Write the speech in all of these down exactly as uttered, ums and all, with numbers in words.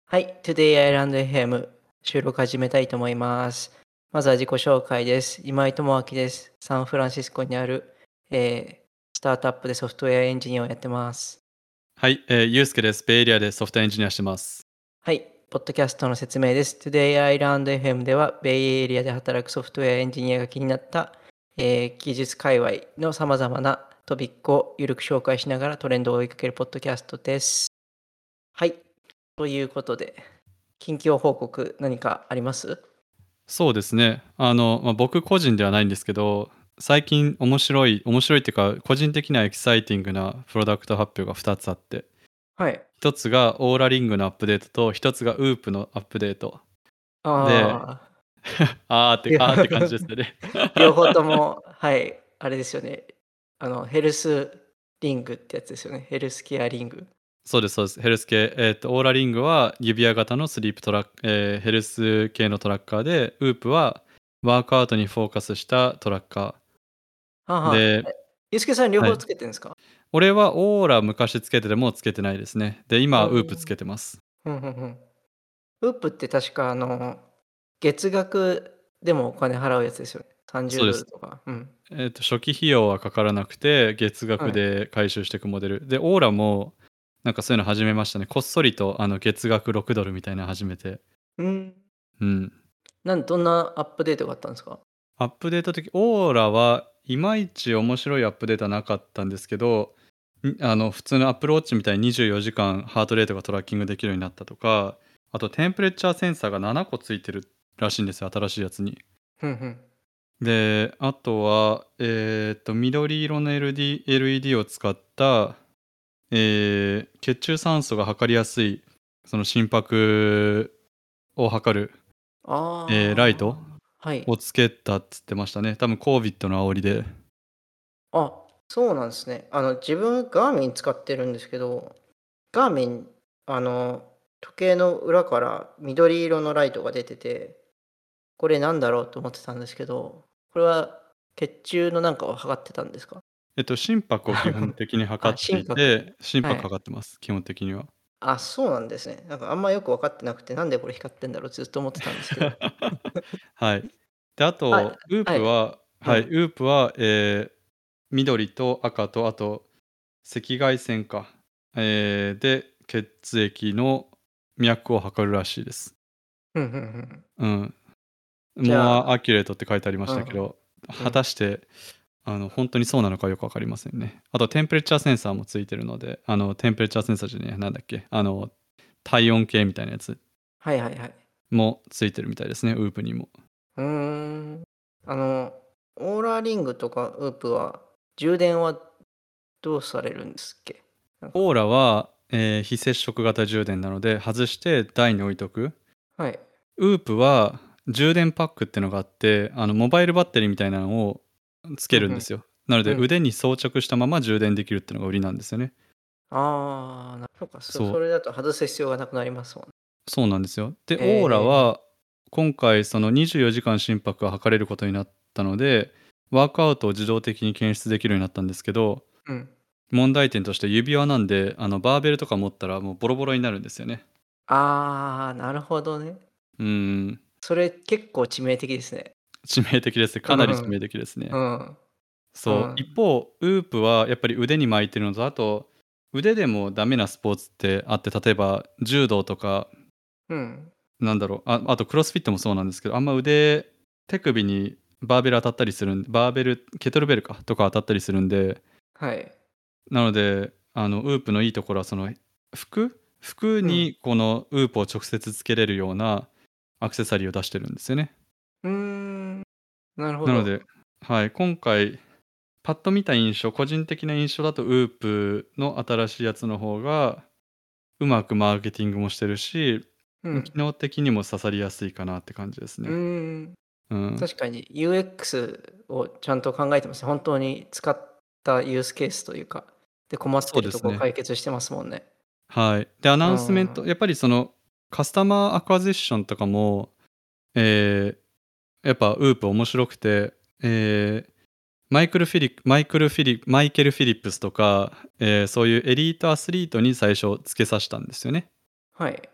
はい、Today Island エフエム 収録始めたいと思います。まずは自己紹介です。今井智明です。サンフランシスコにある、えースタートアップでソフトウェアエンジニアをやってます。 はい、えー、ゆうすけです。ベイエリアでソフトエンジニアしてます。 はい、ポッドキャストの説明です。Today Island エフエム では、ベイエリアで働くソフトウェアエンジニアが気になった、えー技術界隈のさまざまなトピックをゆるく紹介しながらトレンドを追いかけるポッドキャストです。はい、ということで、近況報告何かあります？ そうですね。あの、まあ、僕個人ではないんですけど、最近面白い、面白いっていうか、個人的にはエキサイティングなプロダクト発表がふたつあって、 はい。 ひとつがオーラリングのアップデートと、ひとつがウープのアップデート。で、 ああ、 あーって、 両あーって感じですよね。 両方とも、はい、あれですよね。あの、ヘルスリングってやつですよね。ヘルスケアリング。 そうです、そうです。ヘルス系、えっと、オーラリングは指輪型のスリープトラック、えーヘルス系のトラッカーで、ウープはワークアウトにフォーカスしたトラッカはあー。 はあ。 で、 え、ユースケさん両方はい。 つけてんですか？ 俺はオーラ昔つけててもつけてないですね。で、今、ウープつおー。 けてます。 ふんふんふん。ウープって確かあの、月額でもお金払うやつですよね。30 そうです。 ドルとか。うん。 えっと、初期費用はかからなくて、月額はい。 で回収していくモデル。で、オーラも、なんかそういうの始めましたね。こっそりと、あの、月額ろくドルみたいなの始めて。 うん。 うん。 なんどんなアップデートがあったんですか？ アップデート的、オーラはいまいち面白いアップデートはなかったんですけど、んあの、普通のアップルウォッチみたいににじゅうよじかんハートレートがトラッキングできるようになったとか、あとテンプレッチャーセンサーがななこついてるらしいんですよ、新しいやつに。 ふんふん。 で、あとは、えっと、緑色の エルディー エルイーディー を使った、えー血中酸素が測りやすい、その心拍を測る、えーライトああ、はい。 をつけたっつってましたね。多分 COVID の煽りで。 あ、そうなんですね。あの、自分、ガーミン使ってるんですけど、ガーミン、あの、時計の裏から緑色のライトが出てて、これなんだろうと思ってたんですけど、これは血中のなんかを測ってたんですか？ えっと、心拍を基本的に測あ、 ってい心拍。 て、心拍はい。 測ってます、基本的には。 あ、そうなんですね。なんかあんまよく分かってなくて、なんでこれ光ってんだろうってずっと思ってたんですけど。 はい。で、ああ、 と、ウーはい。 プははい、 うん。 ウープは、えー緑と赤と、あと赤外線か。えーで、血液の脈を測るらしいです。 ふんふんふん。 うん。 じゃあ、 モアアキュレートって書いてありましうん、 たけど、果うん。 たして、あの、本当にそうなのかよくわかりませんね。あとテンプレッチャーセンサーもついてるので、あの、テンプレッチャーセンサーじゃねえ、なんだっけ、あの、体温計みたいなやつはいはいはい。 もついてるみたいですね、ウープにも。 うーん。あの、オーラーリングとかウープは、充電はどうされるんですっけ？なんか、 オーラは、えー非接触型充電なので、外して台に置いとく。 はい。 ウープは充電パックってのがあって、あの、モバイルバッテリーみたいなのをつふんふん。 けるんですよ。なので、 うん。 腕に装着したまま充電できるってのが売りなんですよね。 ああ、なそうか、そそう。 それだと外す必要がなくなりますもんね。 そうなんですよ。で、オーラええ。 は今回そのにじゅうよじかん心拍が測れることになったので、ワークアウトを自動的に検出できるようになったんですけど、 うん。 問題点として指輪なんで、あのバーベルとか持ったらもうボロボロになるんですよね。 ああ、なるほどね。 うーん、 それ結構致命的ですね。 致命的です。 うかなり致命ん。 的ですね。 うん。うそう。一ん。 方、ウープはやっぱり腕に巻いてるのと、あと腕でもダメなスポーツってあって、例えば柔道とか、 うん。 なんだろう、ああとクロスフィットもそうなんですけど、あんま腕手首にバーベル当たったりするんバーベルケトルベルかとか当たったりするんで、 はい。 なので、あの、ウープのいいところはその、服服うん。 にこのウープを直接つけれるようなアクセサリーを出してるんですよね。 うーん、なるほど。 なので、はい、今回パッと見た印象、個人的な印象だとウープの新しいやつの方がうまくマーケティングもしてるし、機うん。 能的にも刺さりやすいかなって感じですうーね。 ん。 うん。 確かに ユーエックス をちゃんと考えてますね。本当に使ったユースケースというか、で、困ってるとこそうですね。 解決してますもんね。 はい。で、アうナウンスメント、 ん。 やっぱりその、カスタマーアクアジッションとかも、えー、やっぱウープ面白くて、えー、マイクルフィリマイクルフィリマイケル・フィリップスとか、えーそういうエリートアスリートに最初つけさせたんですよね。 はい。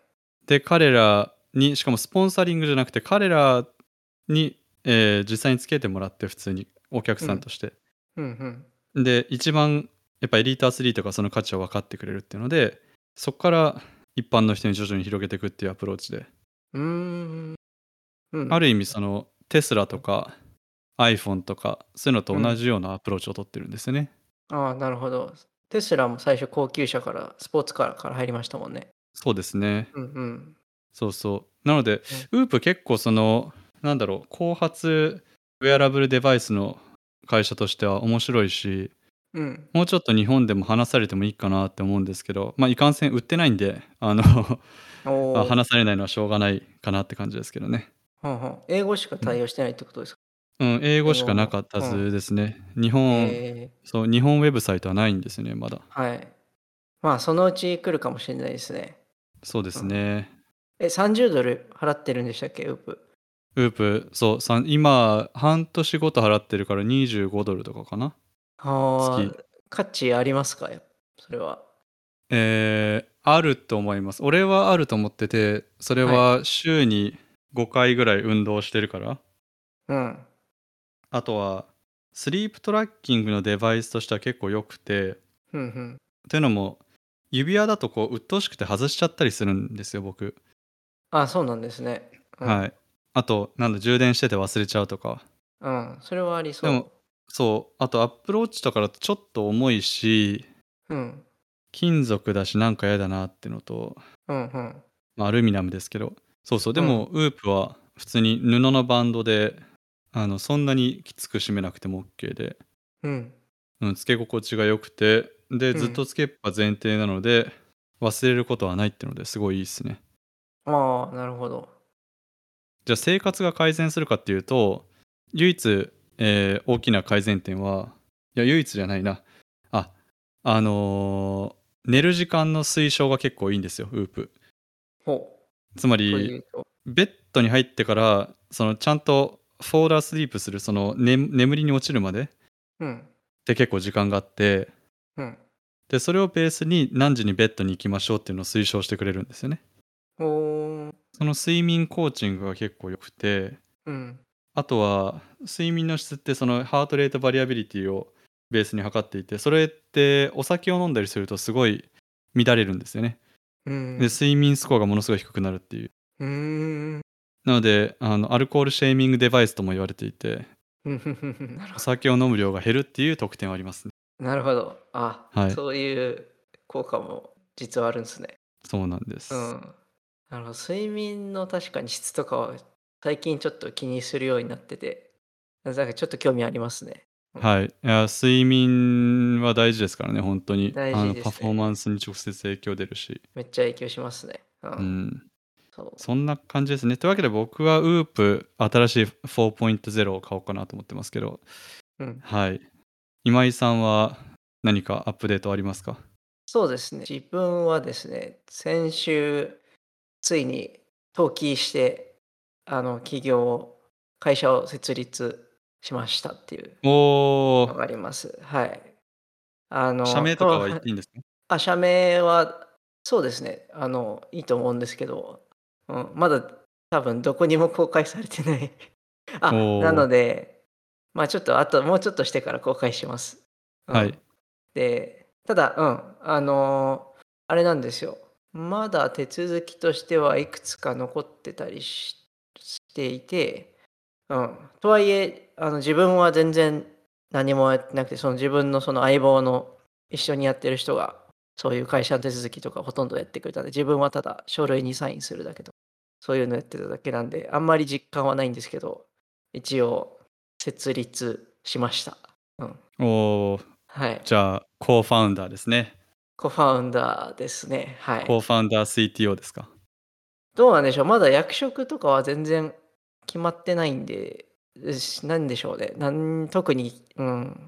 で、彼らに、しかもスポンサリングじゃなくて、彼らに、えー実際につけてもらって、普通にお客うん。 さんとして。 うんうん。 で、一番やっぱエリートアスリートがその価値を分かってくれるっていうので、そこから一般の人に徐々に広げていくっていうアプローチで、 うーん。うん。 ある意味そのテスラとか iPhone とかそういうのと同うん。 じようなアプローチを取ってるんですよね。 ああ、なるほど。テスラも最初高級車からスポーツカーから入りましたもんね。 そうですね。 うんうん。 そうそう。なので、 うん。 ウープ結構その、なんだろう、後発ウェアラブルデバイスの会社としては面白いし、 うん。 もうちょっと日本でも話されてもいいかなって思うんですけど、まあ、いかんせん売ってないんで、あのおまあお。 話されないのはしょうがないかなって感じですけどね。 はんはん。英語しかうん。 対応してないってことですか？ うん、英語しかな英語も。 かったはうん。 ずですね。日本、 ええ、 そう、日本ウェブサイトはないんですよね、まだ。 はい。まあ、そのうち来るかもしれないですね。 そうでうん。 すね。 え、さんじゅうドル払ってるんでしたっけ？ウープ。 ウープ、そう、さん今、半年ごと払ってるからにじゅうごドルとかかな、月。 はあ、価値ありますか？やそれは。 えー、あると思います。俺はあると思ってて、それはい。 は週にごかいぐらい運動してるから。 うん。 あとは、スリープトラッキングのデバイスとしては結構良くて、 ふんふん。 というのも、指輪だとこう、鬱陶しくて外しちゃったりするんですよ、僕。 あ、そうなんですね。うん。 はい。あと、なんだ、充電してて忘れちゃうとか。 うん、それはありでも、 そそう、あとアップルウォッチとかだとちょっと重いし、 う。うん。 金属だしなんか嫌だなってのと、 うんうん。 まあ、アルミナムですけど、そうそう、でうん。 も、ウープは普通に布のバンドで、あの、そんなにきつく締めなくても OK で、 うん。 うん、つけ心地が良くて、で、ずっうん。 とつけっぱ前提なので、忘れることはないってのですごいいいっすね。 ああ、なるほど。 じゃあ生活が改善するかっていうと、唯一、えー大きな改善点は、いや、唯一じゃないな。あ、あのー寝る時間の推奨が結構いいんですよ、ウープ。 ほつまう。とり、 いうと。 ベッドに入ってから、そのちゃんとフォーダースリープする、その、ね、眠りに落ちるまでっうん。 て結構時間があって、 うん。 で、それをベースに何時にベッドに行きましょうっていうのを推奨してくれるんですよね。 ほう。 その睡眠コーチングが結構良くて、 うん。 あとは睡眠の質ってそのハートレートバリアビリティをベースに測っていて、それってお酒を飲んだりするとすごい乱れるんですよね。で、 うん。 睡眠スコアがものすごい低くなるっていう。 うーん。 なので、あの、アルコールシェーミングデバイスとも言われていて、 ふんふんふんふん、なるほお酒を飲む量が減るっていう特典はありますね。 ど。なるほど。あ、 はい。 そういう効果も実はあるんですね。 そうなんです。 うん。なるほど。睡眠の確かに質とかは、最近ちょっと気にするようになってて、なんかちょっと興味ありますね。うん。 はい。いや、睡眠は大事ですからね、本当に。 大事あの、 ですね。 パフォーマンスに直接影響出るし。 めっちゃ影響しますね。うん。 うん。 そそんな感じですね。というわけで僕はウープ新しい フォーポイントゼロ を買おうかなと思ってますけど、 う。うん。 はい。今井さんは何かアップデートありますか？ そうですね。自分はですね、先週ついに登記して、あの、起業会社を設立しましたっていうおー、 のがあります。はい。あ社の、と名とかは言っていいんですか？ あ、社名は、そうですね、あの、いいと思うんですけど、うん、まだ多分どこにも公開されてないあ、なのおー、 で、まあ、ちょっとあともうちょっとしてから公開します。うん。 はい。 で、ただ、うん、あの、あれなんですよ。まだ手続きとしてはいくつか残ってたりししていて、うん。とはいえ、あの、自分は全然何もやってなくて、その自分のその相棒の一緒にやってる人が、そういう会社の手続きとかほとんどやってくれたんで、自分はただ書類にサインするだけと、そういうのやってただけなんで、あんまり実感はないんですけど、一応設立しました。うん。 おー、 はい。 じゃあ、コーファウンダーですね。 コファウンダーですね。はい。 コーファウンダー シーティーオー ですか？ どうなんでしょう、まだ役職とかは全然決まってないんで、うしなんでしょうね、なん特に、うん、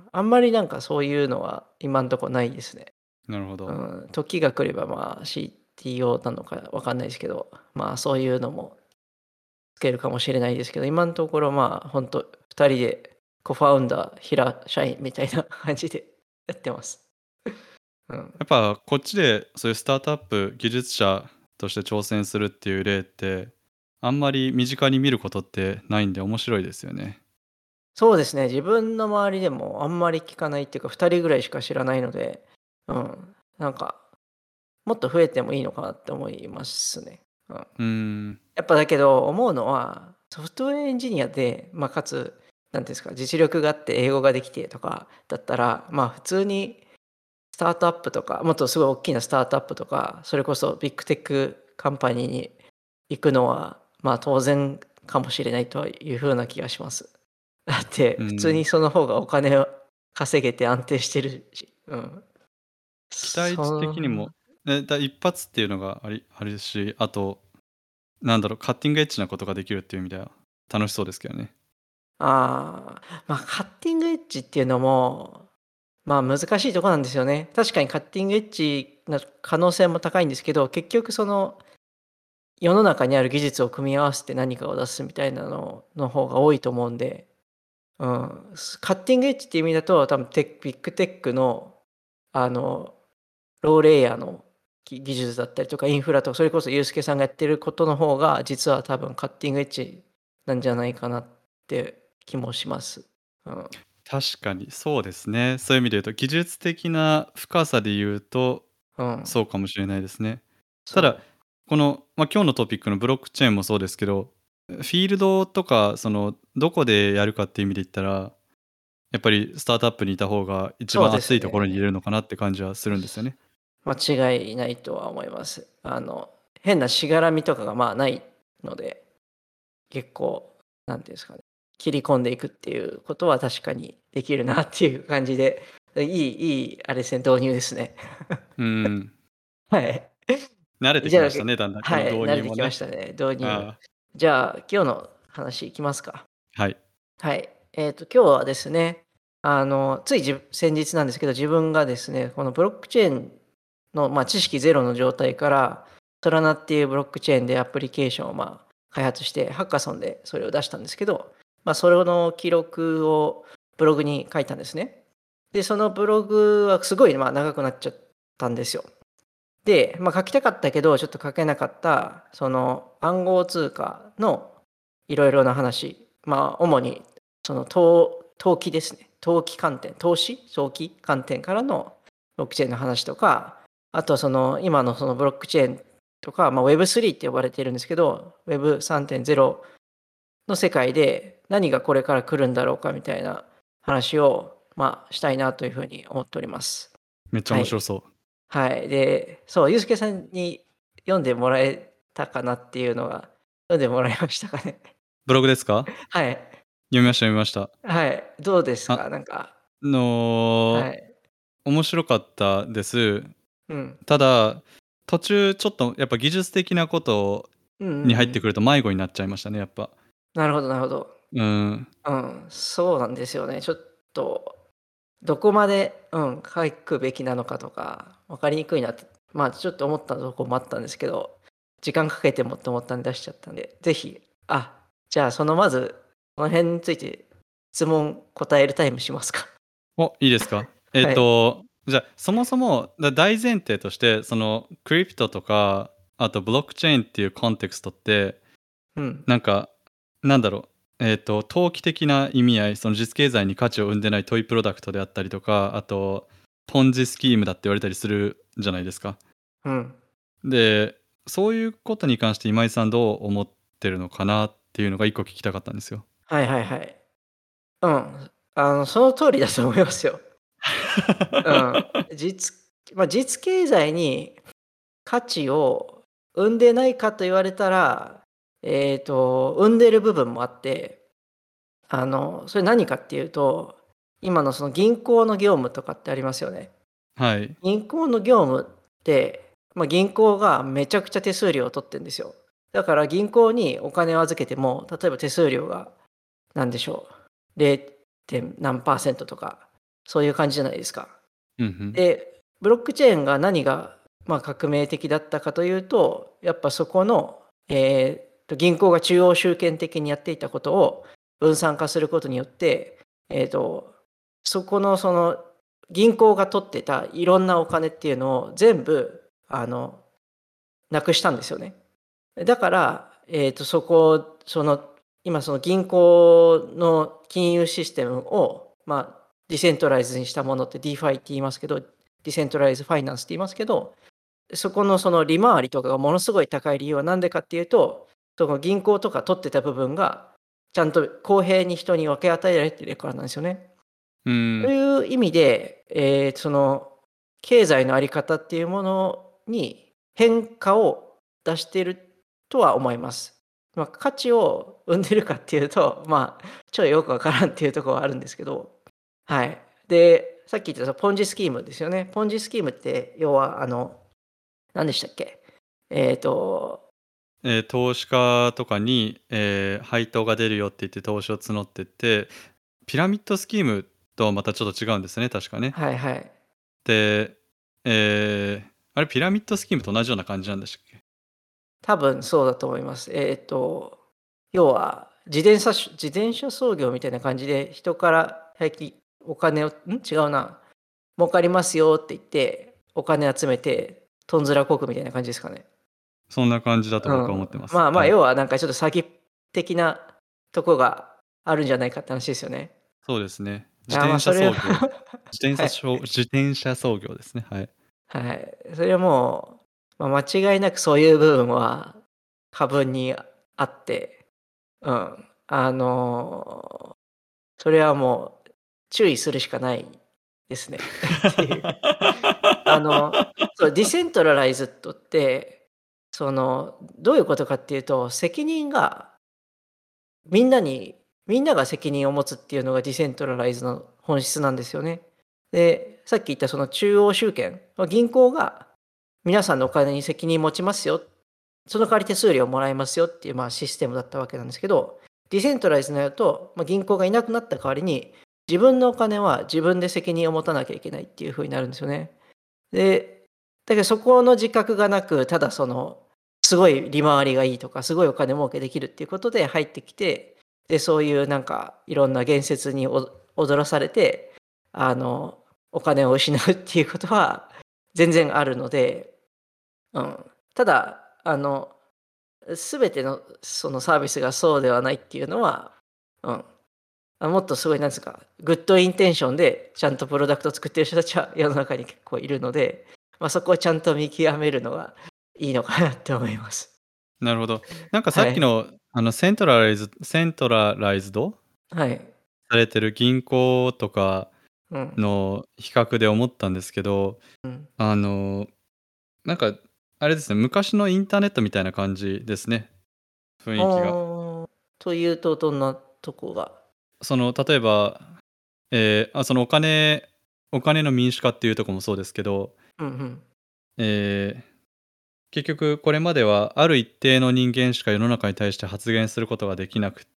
あんまりなんかそういうのは今んとこないですね。 なるほど。 うん、時が来れば、まあ、シーティーオー なのかわかんないですけど、まあ、そういうのもつけるかもしれないですけど、今のところ、まあ、ほんとふたりでコファウンダー、平社員みたいな感じでやってます。うん。 やっぱこっちでそういうスタートアップ技術者として挑戦するっていう例ってあんまり身近に見ることってないんで面白いですよね。 そうですね、自分の周りでもあんまり聞かないっていうか、ふたりぐらいしか知らないので、うん、なんか、もっと増えてもいいのかなって思いますね。うん。 うーん。 やっぱだけど思うのは、ソフトウェアエンジニアで、まあ、かつ、なんていうんですか、実力があって英語ができてとかだったら、まあ、普通にスタートアップとか、もっとすごい大きなスタートアップとか、それこそビッグテックカンパニーに行くのは、まあ、当然かもしれないという風な気がします。だって普通にうん。 その方がお金を稼げて安定してるし、うん。 期待値そ的にも、え、だ一発っていうのがありあるし、あと、なんだろう、カッティングエッジなことができるっていう意味では楽しそうですけどね。 ああ、まあ、カッティングエッジっていうのも、まあ、難しいとこなんですよね。確かにカッティングエッジの可能性も高いんですけど、結局その世の中にある技術を組み合わせて何かを出すみたいなのの方が多いと思うんで、うん、カッティングエッジっていう意味だと、多分テックビッグテックの、あの、ローレイヤーの技技術だったりとか、インフラとか、それこそユースケさんがやってることの方が、実は多分カッティングエッジなんじゃないかなって気もします。うん。 確かにそうですね。そういう意味で言うと、技術的な深さで言うと、 うん。 そうかもしれないですね。ただ、 そう。 この、まあ、今日のトピックのブロックチェーンもそうですけど、フィールドとか、その、どこでやるかっていう意味で言ったら、やっぱりスタートアップにいた方が一そう番ですね。 熱いところにいれるのかなって感じはするんですよね。 間違いないとは思います。あの、変なしがらみとかがまあないので、結構、なんていうんですかね、切り込んでいくっていうことは確かにできるなっていう感じで、いいいいあれですね、導入ですね。 うん。 はい。 慣れてじゃあ、 きましたね、だんだん、こはい、 の導慣れてきま入もね。 したね、導入。 あじゃあ、今日の話いきますか。 あ、はい。 はい。えっと、今日はですね、あの、ついじ先日なんですけど、自分がですね、このブロックチェーンの、まあ、知識ゼロの状態から、ソラナっていうブロックチェーンでアプリケーションを、まあ、開発して、ハッカソンでそれを出したんですけど、まあ、それの記録をブログに書いたんですね。で、そのブログはすごい、まあ、長くなっちゃったんですよ。で、まあ、書きたかったけど、ちょっと書けなかった、その暗号通貨のいろいろな話、まあ、主にその投投機ですね。投機観点、投資投機観点からのブロックチェーンの話とか、あとはその今のそのブロックチェーンとか、まあ、ウェブスリー って呼ばれているんですけど、ウェブさんてんゼロ の世界で何がこれから来るんだろうかみたいな話を、まあ、したいなというふうに思っております。 めっちゃはい。 面白そう。 はい。で、そう、ユースケさんに読んでもらえたかなっていうのが、読んでもらえましたかね。 ブログですか？ はい。 読みました読みました。 はい。どうですあか？なんか、はの、 い。 面白かったです。 うん。 ただ、途中ちょっとやっぱ技術的なことうんうんに入うん。 ってくると迷子になっちゃいましたね、やっぱ。 なるほどなるほど。 うん。 うん、そうなんですよね。ちょっと、どこまで、うん、書くべきなのかとか、分かりにくいなって、まあ、ちょっと思ったとこもあったんですけど、時間かけてもって思ったんで出しちゃったんで、ぜひ、あ、じゃあそのまず、この辺について質問答えるタイムしますか。 お、いいですか？えっはい。 と、じゃあ、そもそも、だ大前提として、そのクリプトとか、あとブロックチェーンっていうコンテクストって、 うん。 なんか、なんだろう、えっと、投機的な意味合い、その実経済に価値を生んでないトイプロダクトであったりとか、あと、ポンジスキームだって言われたりするじゃないですか。 うん。 で、そういうことに関して今井さんどう思ってるのかなっていうのが一個聞きたかったんですよ。 はいはいはい。うん。あの、その通りだと思いますよ。うん。実まあ、実経済に価値を生んでないかと言われたら、えっと、生んでる部分もあって、あの、それ何かっていうと、今のその銀行の業務とかってありますよね。 はい。 銀行の業務って、まあ、銀行がめちゃくちゃ手数料を取ってんですよ。だから銀行にお金を預けても、例えば手数料が何でしょう、れい. 点何パーセントとか、そういう感じじゃないですか。 うんうん。 で、ブロックチェーンが何が、まあ、革命的だったかというと、やっぱそこの、えーと銀行が中央集権的にやっていたことを分散化することによって、えーと、そこのその銀行が取ってたいろんなお金っていうのを全部、あの、 なくしたんですよね。だから、えー、とそこその今その銀行の金融システムを、まあ、ディセントライズにしたものって ディーファイ って言いますけど、ディセントライズファイナンスって言いますけど、そこのその利回りとかがものすごい高い理由は何でかっていうと、その銀行とか取ってた部分がちゃんと公平に人に分け与えられてるからなんですよね。 うとん。 いう意味で、えーその経済のあり方っていうものに変化を出しているとは思います。まあ、価値を生んでるかっていうと、まあ、ちょっとよくわからんっていうところはあるんですけど、はい。で、さっき言ったそのポンジスキームですよね。ポンジスキームって、要は、あの、何でしたっけ？えっと、 えー投資家とかに、えー配当が出るよって言って投資を募ってって、ピラミッドスキームとはまたちょっと違うんですね、確かね。 はいはい。 で、えーあれピラミッドスキームと同じような感じなんでしたっけ？ 多分そうだと思います。えっと、要は自転車し自転車操業みたいな感じで、人から最近お金をん？違うな。儲かりますよって言って、お金集めて、とんずらこくみたいな感じですかね。 そんな感じだと僕は思うん。 ってます。 まあまあ、 はい。 要はなんかちょっと詐欺的なとこがあるんじゃないかって話ですよね。 そうですね。自ああ、まあ、 転車それは操業。自転はい。 車しょ自転車操業ですね。はい。 はい。それはもう、まあ、間違いなくそういう部分は過分にあって、うん。あの、それはもう注意するしかないですねっていう。あの、そう、ディセントラライズドって、その、どういうことかっていうと、責任がみんなにみんなが責任を持つっていうのがディセントラライズの本質なんですよね。で、さっき言ったその中央集権、ま、銀行が皆さんのお金に責任持ちますよ、その代わり手数料もらえますよっていう、まあ、システムだったわけなんですけど、ディセントライズになると、ま、銀行がいなくなった代わりに、自分のお金は自分で責任を持たなきゃいけないっていう風になるんですよね。で、だけどそこの自覚がなく、ただその、すごい利回りがいいとか、すごいお金儲けできるっていうことで入ってきて、で、そういうなんかいろんな言説にお踊らされて、あの、お金を失うっていうことは全然あるので、うん。ただ、あの、全てのそのサービスがそうではないっていうのは、うん。あ、もっとすごいなんですか、グッドインテンションでちゃんとプロダクトを作ってる人たちは世の中に結構いるので、まあ、そこをちゃんと見極めるのがいいのかなって思います。 なるほど。なんかさはい。 っきの、あの、セントラライズセントラライズドはい。 されてる銀行とかうん。 の比較で思ったんですけど、 うん。 あの、なんか、あれですね、昔のインターネットみたいな感じですね、雰あ囲気が。 あ、というとどんなとこが？ その、例えば、えーあ、そのお金お金の民主化っていうとこもそうですけど、 うんうん。 えー結局これまではある一定の人間しか世の中に対して発言することができなくって、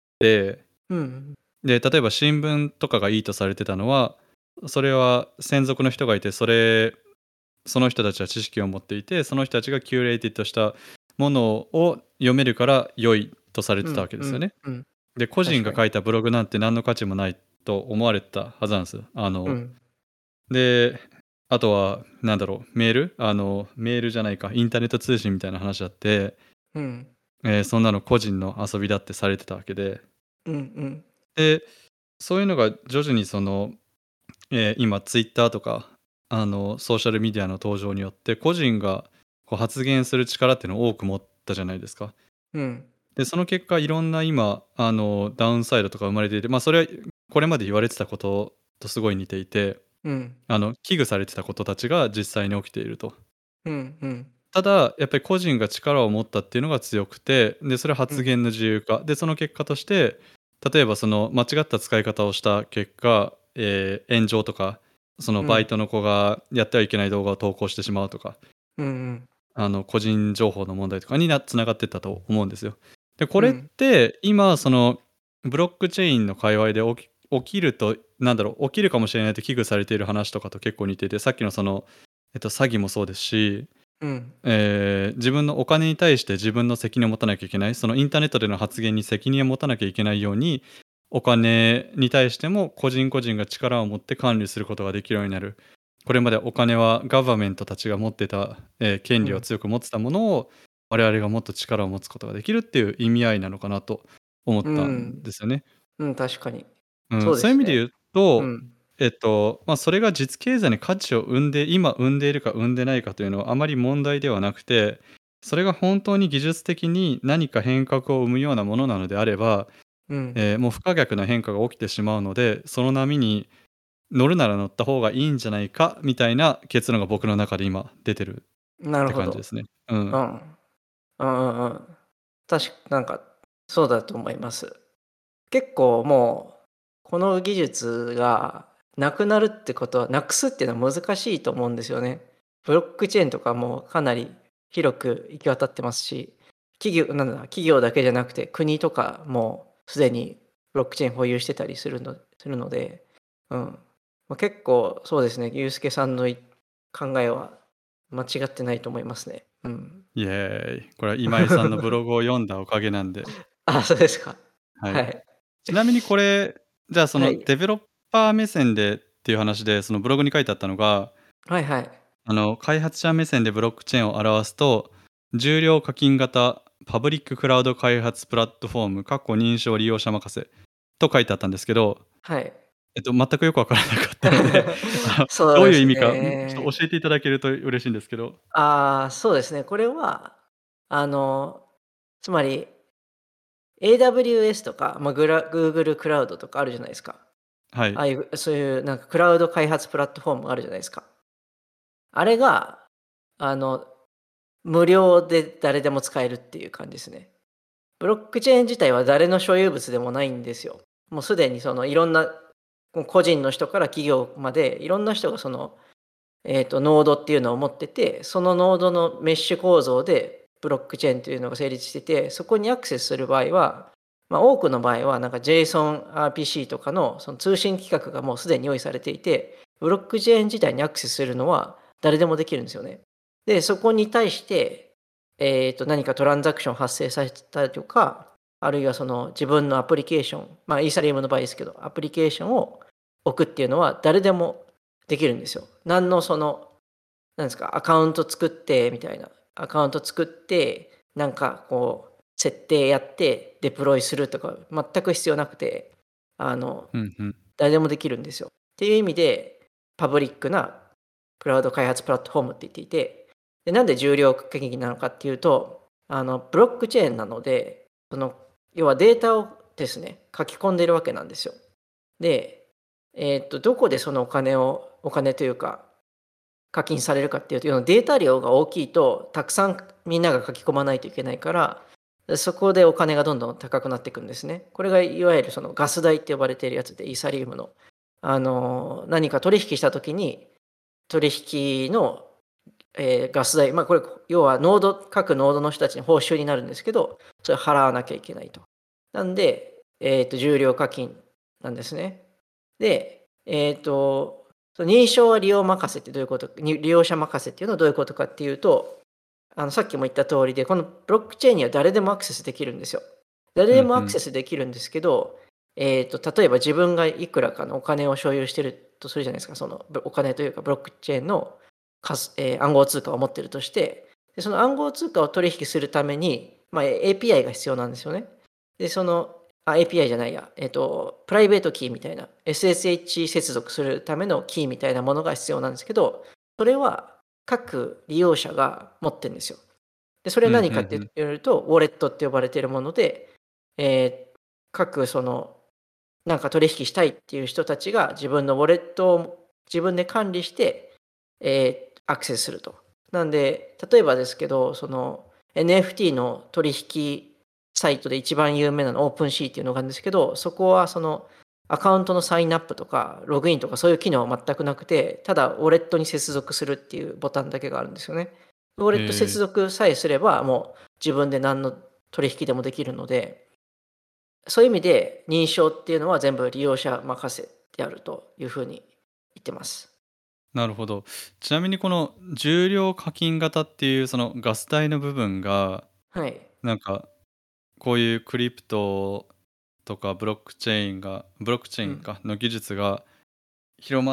うんうん。 で、例えば新聞とかがいいとされてたのは、それは専属の人がいて、それその人たちは知識を持っていて、その人たちがキュレーティッドしたものを読めるから良いとされてたわうんうんけですよね。 うん。 で、個人確かに。 が書いたブログなんて何の価値もないと思われてたはずなんですよ。あの、 うん。 で、あとはなんだろう、メールあの、メールじゃないか、インターネット通信みたいな話だって、 うん。 えーそんなの個人の遊びだってされてたわけで、 うんうん。 で、そういうのが徐々にその、えー今ツイッターとか、あの、ソーシャルメディアの登場によって、個人がこう発言する力っていうのを多く持ったじゃないですか。 うん。 で、その結果、いろんな今、あの、ダウンサイドとか生まれていて、まあ、それはこれまで言われてたこととすごい似ていて、 うん。 あの、危惧されてたことたちが実際に起きていると。 うんうん。 ただ、やっぱり個人が力を持ったっていうのが強くて、で、それはうん。 発言の自由化。で、その結果として、例えばその間違った使い方をした結果、えー炎上とか、そのうん。 バイトの子がやってはいけない動画を投稿してしまうとか、 うんうん。 あの、個人情報の問題とかにな繋がってったと思うんですよ。で、これっうん。 て今そのブロックチェーンの界隈で起き起きると、なんだろう、起きるかもしれないと危惧されている話とかと結構似ていて、さっきのその、えっと、詐欺もそうですし、 うん。 えー自分のお金に対して自分の責任を持たなきゃいけない、そのインターネットでの発言に責任を持たなきゃいけないように、お金に対しても個人個人が力を持って管理することができるようになる。 これまでお金はガバメントたちが持ってた、えー権利をうん。 強く持ってたものを我々がもっと力を持つことができるっていう意味合いなのかなと思っうたんん。 ですよね。 うん、確かに。 うん、 そうですね。 そういう意味で言うと、 うん。 えっと、まあ、それが実経済に価値を生んで今生んでいるか生んでないかというのはあまり問題ではなくて、それが本当に技術的に何か変革を生むようなものなのであれば、 うん。 えーもう不可逆な変化が起きてしまうので、その波に乗るなら乗った方がいいんじゃないかみたいな結論が僕の中で今出てるってなるほど。 感じですね。うん。 うん。うんうんうん。確かなんか、そうだと思います。結構もう、この技術がなくなるってことは、なくすっていうのは難しいと思うんですよね。ブロックチェーンとかもかなり広く行き渡ってますし、企業なんだ、企業だけじゃなくて国とかもすでにブロックチェーン保有してたりするのするので、うん。まあ、結構そうですね、ユースケさんのい考えは間違ってないと思いますね。うん。 イエーイ。これは今井さんのブログを読んだおかげなんで。 あ、そうですか。 はい。 はい。 ちなみにこれ、じゃあそのはい。 デベロッパー目線でっていう話で、そのブログに書いてあったのが、 はいはい。 あの開発者目線でブロックチェーンを表すと、重量課金型パブリッククラウド開発プラットフォーム、かっこ認証利用者任せと書いてあったんですけど、 はい。 えっと、全くよくわからなかったので、あの、 そうですどういう意味か、ん、ちょっとね。 教えていただけると嬉しいんですけど。 ああ、そうですね。これは、あの、つまり エーダブリューエス とか、まあ、グラ Google クラウドとかあるじゃないですか。 はい。 ああいう、そういうなんかクラウド開発プラットフォームあるじゃないですか。あれが、あの、無料で誰でも使えるっていう感じですね。ブロックチェーン自体は誰の所有物でもないんですよ。もうすでにそのいろんな、こう個人の人から企業までいろんな人がそのえっと、ノードっていうのを持ってて、そのノードのメッシュ構造でブロックチェーンというのが成立してて、そこにアクセスする場合は、まあ、多くの場合はなんか JSON-アールピーシー とかのその通信規格がもうすでに用意されていて、ブロックチェーン自体にアクセスするのは誰でもできるんですよね。で、そこに対して、えっと、何かトランザクション発生させたりとか、あるいはその自分のアプリケーション、まあ、イーサリアムの場合ですけど、アプリケーションを置くっていうのは誰でもできるんですよ。何のその、なんですか、アカウント作ってみたいな。アカウント作って、なんかこう、設定やってデプロイするとか全く必要なくて、あの、 うんうん。 誰でもできるんですよ。っていう意味で、パブリックなクラウド開発プラットフォームって言っていて、でなんで重量価金なのかっていうと、あの、ブロックチェーンなので、その、要はデータをですね、書き込んでるわけなんですよ。で、えっと、どこでそのお金を、お金というか、課金されるかっていうと、データ量が大きいと、たくさんみんなが書き込まないといけないから、そこでお金がどんどん高くなっていくんですね。これがいわゆるそのガス代って呼ばれているやつで、イーサリウムの。あの、何か取引したときに、取引の、えーガス代、まあこれ、要はノード、各ノードの人たちに報酬になるんですけど、それ払わなきゃいけないと。なんで、えっと、重量課金なんですね。で、えっと、その認証は利用任せってどういうこと、に利用者任せっていうのはどういうことかっていうと、あのさっきも言った通りで、このブロックチェーンには誰でもアクセスできるんですよ。誰でもアクうんうん。 セスできるんですけど、えっと、例えば自分がいくらかのお金を所有してるとするじゃないですか。そのお金というかブロックチェーンの数、えー暗号通貨を持ってるとして、でその暗号通貨を取引するために、まあ、エーピーアイ が必要なんですよね。で、その、あ、エーピーアイ じゃないや、えっと、プライベートキーみたいな、エスエスエイチ 接続するためのキーみたいなものが必要なんですけど、それは各利用者が持ってるんですよ。で、それうん、 は何かってふんふん。 言うと、ウォレットって呼ばれているもので、えー各その、なんか取引したいっていう人たちが自分のウォレットを自分で管理して、えーアクセスすると。なんで、例えばですけど、その エヌエフティー の取引サイトで一番有名なのオープンシーっていうのがあるんですけど、そこはそのアカウントのサインアップとかログインとかそういう機能は全くなくて、ただウォレットに接続するっていうボタンだけがあるんですよね。ウォレット接へえ。 続さえすればもう自分で何の取引でもできるので、そういう意味で認証っていうのは全部利用者任せであるというふうに言ってます。 なるほど。ちなみにこの重量課金型っていうそのガス代の部分が、 はい。 なんかこういうクリプトとかブロックチェーンがブロックチェーンうん。 かの技術が広まっ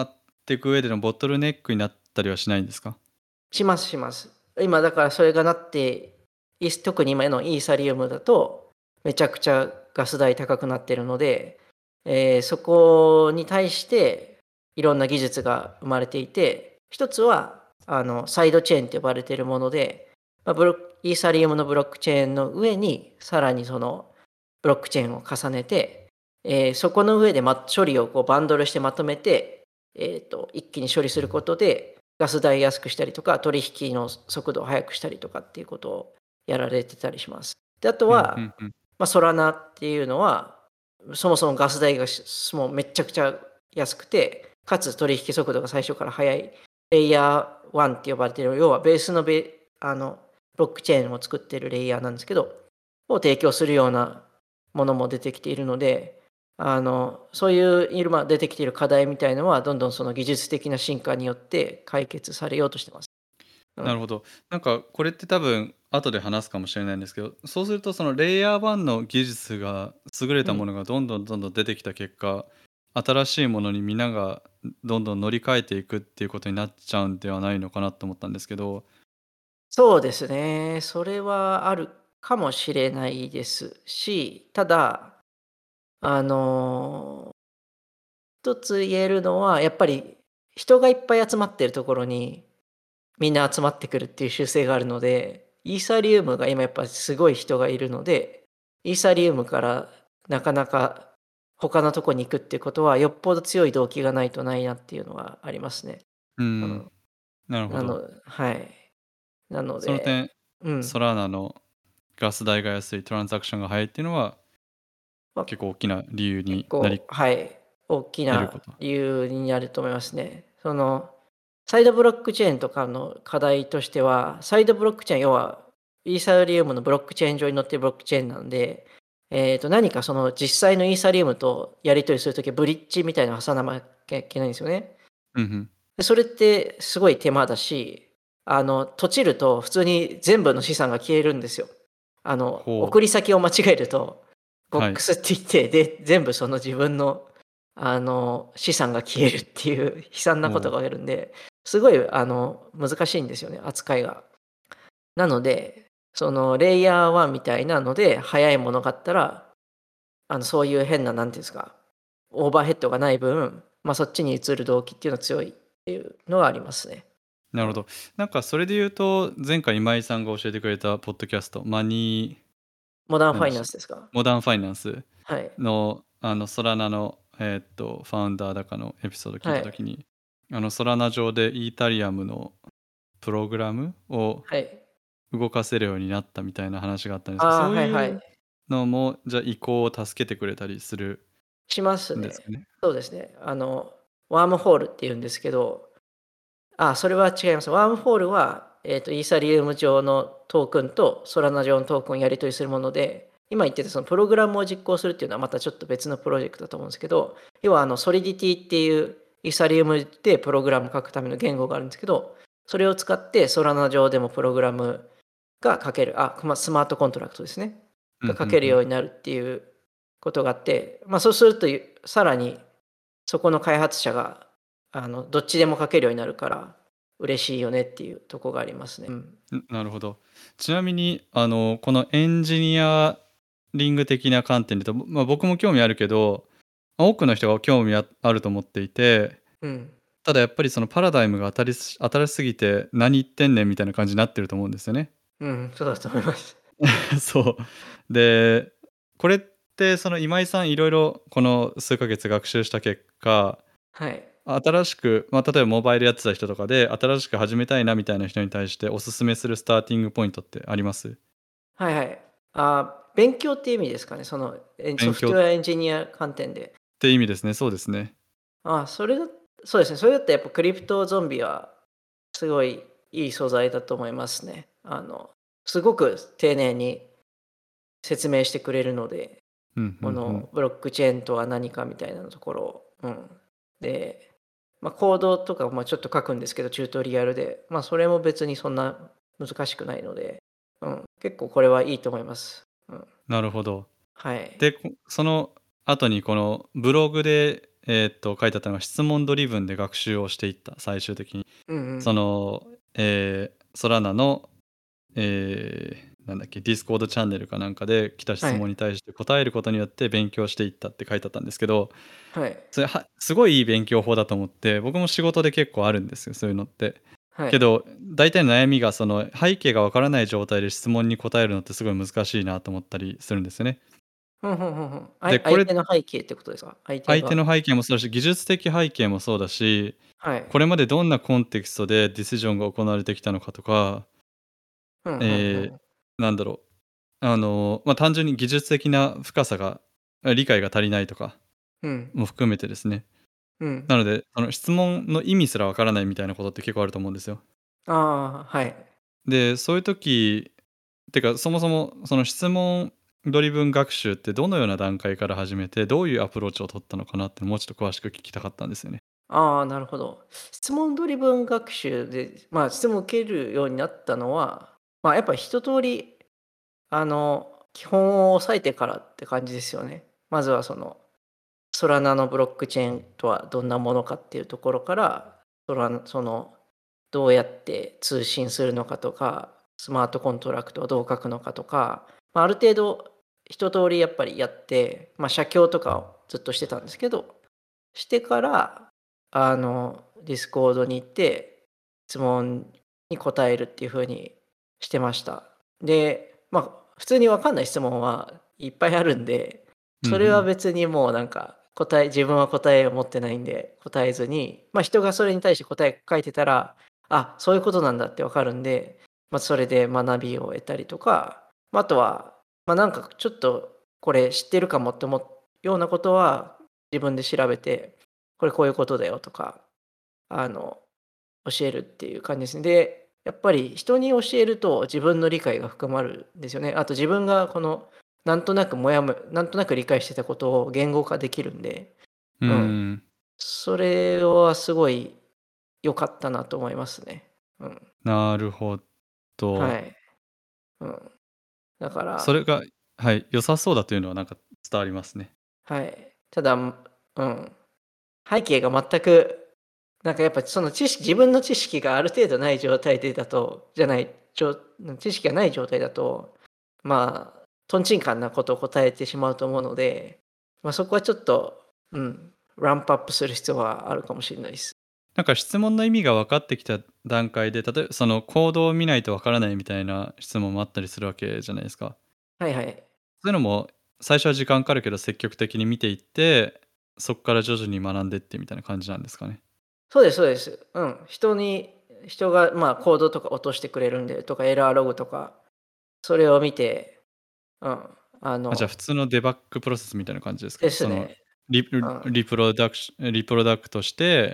っていく上でのボトルネックになったりはしないんですか？ しますします。今だからそれがなって、イース特に今のイーサリウムだと、めちゃくちゃガス代高くなってるので、えーそこに対していろんな技術が生まれていて、一つはあのサイドチェーンと呼ばれているもので、まあ、ブロックイーサリウムのブロックチェーンの上にさらにそのブロックチェーンを重ねて、えーそこの上で、ま、処理をこうバンドルしてまとめて、えーと一気に処理することでガス代安くしたりとか取引の速度を速くしたりとかっていうことをやられてたりします。であとうんうは、 んうん。 まあ、ソラナっていうのはそもそもガス代がしもうめちゃくちゃ安くてかつ取引速度が最初から速いレイヤーワンって呼ばれている要はベースのベあのブロックチェーンを作っているレイヤーなんですけどを提供するようなものも出てきているのであのそういう今出てきている課題みたいのはどんどんその技術的な進化によって解決されようとしてます。うん、 なるほど。なんかこれって多分後で話すかもしれないんですけど、そうするとそのレイヤーワンの技術が優れうん、 たものがどんどんどんどん出てきた結果、新しいものにみんながどんどん乗り換えていくっていうことになっちゃうんではないのかなと思ったんですけど。 そうですね。それはあるかもしれないですし、ただ、あの、一つ言えるのは、やっぱり人がいっぱい集まっているところにみんな集まってくるっていう習性があるので、イーサリウムが今やっぱすごい人がいるので、イーサリウムからなかなか他のとこに行くっていうことは、よっぽど強い動機がないとないなっていうのはありますね。 うん、 うん。 なるほど。 なのはい。なので、 その点、 うん。 ソラーナのガス代が安い、トランザクションが早いっていうのはまあ、 結構大きな理由結になり構、はい、大きな得ること。 理由になると思いますね。その、サイドブロックチェーンとかの課題としては、サイドブロックチェーン、要は、イーサリウムのブロックチェーン上に載っているブロックチェーンなんで、えっと、何かその実際のイーサリウムとやり取りするときはブリッジみたいなの挟まなきゃいけないんですよね。 うんうん。 で、それってすごい手間だし、あの、閉じると普通に全部の資産が消えるんですよ。あの、 ほう。 送り先を間違えると、ボッはい。 クスって言って、で、全部その自分の、あの、資産が消えるっていう悲惨なことほう。 が起きるんで、すごい、あの、難しいんですよね、扱いが。なので、そのレイヤーワンみたいなので、早いものがあったら、あの、そういう変な、なんていうんですか、オーバーヘッドがない分、まあ、そっちに移る動機っていうのは強いっていうのがありますね。うん。 なるほど。なんかそれで言うと、前回今井さんが教えてくれたポッドキャスト、マニーモダンファイナなんでしたっけ、 ンスですか？ モダンファイナンスはい。 の、あの、ソラナの、えーっと、ファウンダーだかのエピソード聞いはい。 たときに、あの、ソラナ上でイータリアムのプログラムをはい。 動かせるようになったみたいな話があったんですけど、 ああ、 そうはいはい。 いうのも、じゃあ移行を助けてくれたりするしますね。 んですかね？ そうですね。あの、ワームホールって言うんですけど、あ、それは違います。ワームホールは、えっと、イーサリウム上のトークンとソラナ上のトークンをやり取りするもので、今言ってたそのプログラムを実行するっていうのはまたちょっと別のプロジェクトだと思うんですけど、要はあの、ソリディティっていうイーサリウムでプログラム書くための言語があるんですけど、それを使ってソラナ上でもプログラムが書ける、あ、まあスマートコントラクトですね。 うん、 が書けうんうん。 るようになるっていうことがあって、まあそうすると、さらにそこの開発者が、あの、どっちでも書けるようになるから、嬉しいよねっていうとこがありますね。うん。 ん、なるほど。ちなみに、あの、このエンジニアリング的な観点で言うと、まあ、僕も興味あるけど、ま、多くの人が興味ああると思っていて、 うん。 ただやっぱりそのパラダイムが当たりす新しすぎて、何言ってんねんみたいな感じになってると思うんですよね。 うん、そうだと思います。 そう。で、これってその今井さんいろいろこの数ヶ月学習した結果、 はい。 新しく、まあ、例えばモバイルやってた人とかで、新しく始めたいなみたいな人に対しておすすめするスターティングポイントってあります？ はいはい。あ、勉強っていう意味ですかね。その、えソ勉強っフトウェアエンジニア観点で。 て意味ですね。そうですね。 あ、それだそうですね。それだったらやっぱクリプトゾンビはすごいいい素材だと思いますね。あの、すごく丁寧に説明してくれるので、 うん、うんうん。 このブロックチェーンとは何かみたいなところを、うん。で、まあ、コードとかもちょっと書くんですけど、チュートリアルで、まあ、それも別にそんな難しくないので、うん、結構これはいいと思います。うん、 なるほど。 はい。 で、こその後にこのブログでえーっと書いてあったのが質問ドリブンで学習をしていった最終的に。そうんうん。 の、えー、ソラナの、えーなんだっけ、ディスコードチャンネルかなんかで来た質問はい。 に対して答えることによって勉強していったって書いてあったんですけど、 はい。 それはすごいいい勉強法だと思って、僕も仕事で結構あるんですよ、そういうのって。 はい。 けど、大体の悩みがその背景がわからない状態で質問に答えるのってすごい難しいなと思ったりするんですよね。 ふんふんふんふん。あで、 いこれ、 相手の背景ってことですか？相手が。 相手の背景もそうだし、技術的背景もそうだし、 はい。 これまでどんなコンテキストでディシジョンが行われてきたのかとか、 ふんふんふえん。 ーなんだろう、あの、まあ、単純に技術的な深さが、あ、理解が足りないとかうん。 も含めてですね。 うん。 なので、その質問の意味すらわからないみたいなことって結構あると思うんですよ。 ああ、はい。 で、そういう時てか、そもそもその質問ドリブン学習ってどのような段階から始めて、どういうアプローチを取ったのかなってもうちょっと詳しく聞きたかったんですよね。 ああ、なるほど。質問ドリブン学習で、まあ、質問を受けるようになったのは、まあ、やっぱ一通り、あの、基本を押さえてからって感じですよね。まずはその、ソラナのブロックチェーンとはどんなものかっていうところから、ソラナその、どうやって通信するのかとか、スマートコントラクトをどう書くのかとか、まあ、ある程度一通りやっぱりやって、まあ、写経とかをずっとしてたんですけど、してから、あの、ディスコードに行って、質問に答えるっていう風にしてました。で、まあ、普通に分かんない質問はいっぱいあるんで、それはうんうん。 別にもうなんか、答え自分は答えを持ってないんで、答えずに、ま、人がそれに対して答え書いてたら、あ、そういうことなんだって分かるんで、ま、それで学びを得たりとか、ま、あとは、ま、なんかちょっとこれ知ってるかもって思うようなことは、自分で調べて、これこういうことだよとか、あの、教えるっていう感じですね。で、やっぱり人に教えると自分の理解が深まるんですよね。あと自分がこの、なんとなくもやもなんとなく理解してたことを言語化できるんで、 うーうん。 ん、 それはすごい良かったなと思いますね。うん。 なるほど。 はい。うん。だから、 それがはい、良さそうだというのはなんか伝わりますね。 はい。ただ、うん。背景が全く、なんかやっぱその知識自分の知識がある程度ない状態でだとじゃない、ちょ知識がない状態だと、まあ、とんちんかんなことを答えてしまうと思うので、ま、そこはちょっと、うん、ランプアップする必要はあるかもしれないです。 なんか質問の意味が分かってきた段階で、例えばそのコードを見ないと分からないみたいな質問もあったりするわけじゃないですか。 はいはい。 そういうのも最初は時間かかるけど積極的に見ていって、そこから徐々に学んでってみたいな感じなんですかね？ そうですそうです。うん。人に人が、まあ、コードとか落としてくれるんでとか、エラーログとか、それを見て、うん、ああ、じゃあの普通のデバッグプロセスみたいな感じですか？その、 ですね。 リプうん、 リプロダクションリプロダクトして、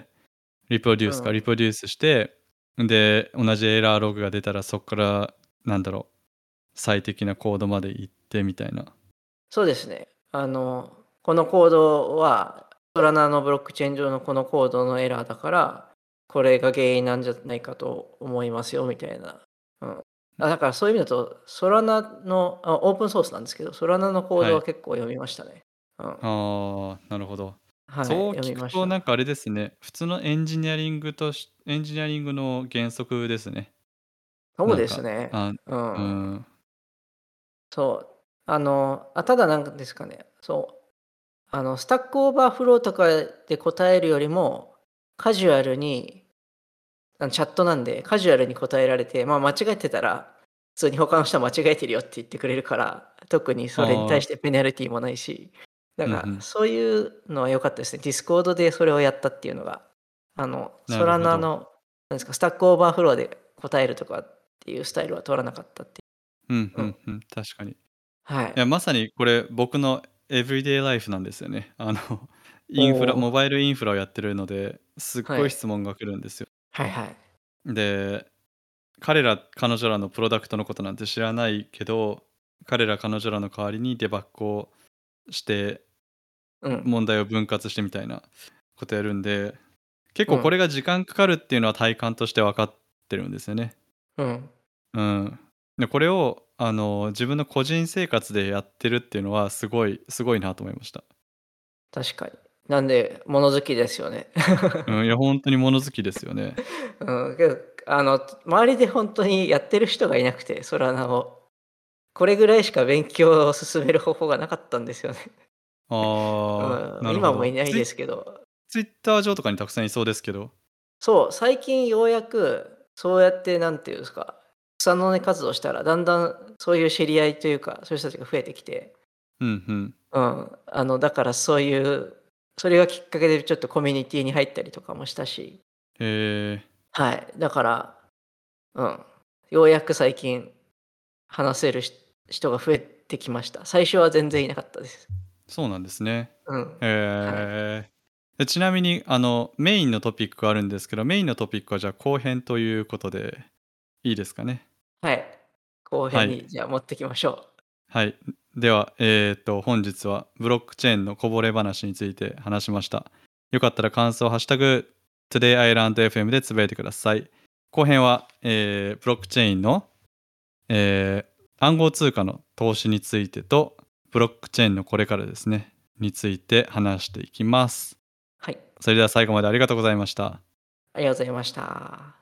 リプロデュースか、リうん。 プロデュースして、で、同じエラーログが出たらそっから、なんだろう、最適なコードまで行ってみたいな。 そうですね。あの、このコードは、ソラナのブロックチェーン上のこのコードのエラーだから、これが原因なんじゃないかと思いますよみたいな。うん。あ、だからそういう意味だと、ソラナのあ、オープンソースなんですけど、ソラナのコードははい。 結構読みましたね。うん。 ああ、なるほど。 はい、 そう読み聞くとました。 なんかあれですね、普通のエンジニアリングとしエンジニアリングの原則ですね。 そうなんか、 ですね。 あ、 うん。 うん、 そう。あの、あ、ただなんですかね、そう、あの、スタックオーバーフローとかで答えるよりも、カジュアルにあのチャットなんで、カジュアルに答えられて、まあ、間違えてたら、普通に他の人は間違えてるよって言ってくれるから、特にそれに対ああ、 してペナルティもないし、だうんうん、 からそういうのは良かったですね。ディスコードでそれをやったっていうのが、あの、ソラなるほど。 ナの、なんですか、スタックオーバーフローで答えるとかっていうスタイルは取らなかったってうん、 いう。うん。 うんうん、確かに。いはい。 や、まさにこれ僕のエブリデイライフなんですよね。あの、 おインフラモお、 バイルインフラをやってるので、すっごいはい。 質問が来るんですよ。 はいはい。 で、彼ら彼女らのプロダクトのことなんて知らないけど、彼ら彼女らの代わりにデバッグをして、 うん。 問題を分割してみたいなことやるんで、結うん。 構これが時間かかるっていうのは体感として分かってるんですよね。 うん。 うん。で、これをあの、自分の個人生活でやってるっていうのはすごいすごいなと思いました。 確かに。 なんで、物好きですよね。 うん、いや、ほんとに物好きですよね。 うん、けど、あの、周りでほんとにやってる人がいなくて、ソラナを。これぐらいしか勉強を進める方法がなかったんですよね。 ああ、 うん、今もいなるほど。ツイないですけど。 ツイッター上とかにたくさんいそうですけど。 そう、最近ようやく、そうやってなんていうんですか、草の根活動したら、だんだんそういう知り合いというか、そういう人たちが増えてきて、 うんうん。 うん、あの、だからそういう、それがきっかけでちょっとコミュニティに入ったりとかもしたし、 へえ、 はい、だから、うん、ようやく最近話せるし人が増えてきました。最初は全然いなかったです。 そうなんですね。 うん。はい。 へえ。で、ちなみにあの、メインのトピックがあるんですけど、メインのトピックはじゃあ後編ということでいいですかね？ はい。後編はい。 にじゃあ持ってきましょう。 はい。では、えっと、本日はブロックチェーンのこぼれ話について話しました。よかったら感想をハッシュタグ、トゥデイアイランドエフエム でつぶやいてください。後編は、えーブロックチェーンの、えー暗号通貨の投資についてと、ブロックチェーンのこれからですね、について話していきます。 はい。 それでは最後までありがとうございました。 ありがとうございました。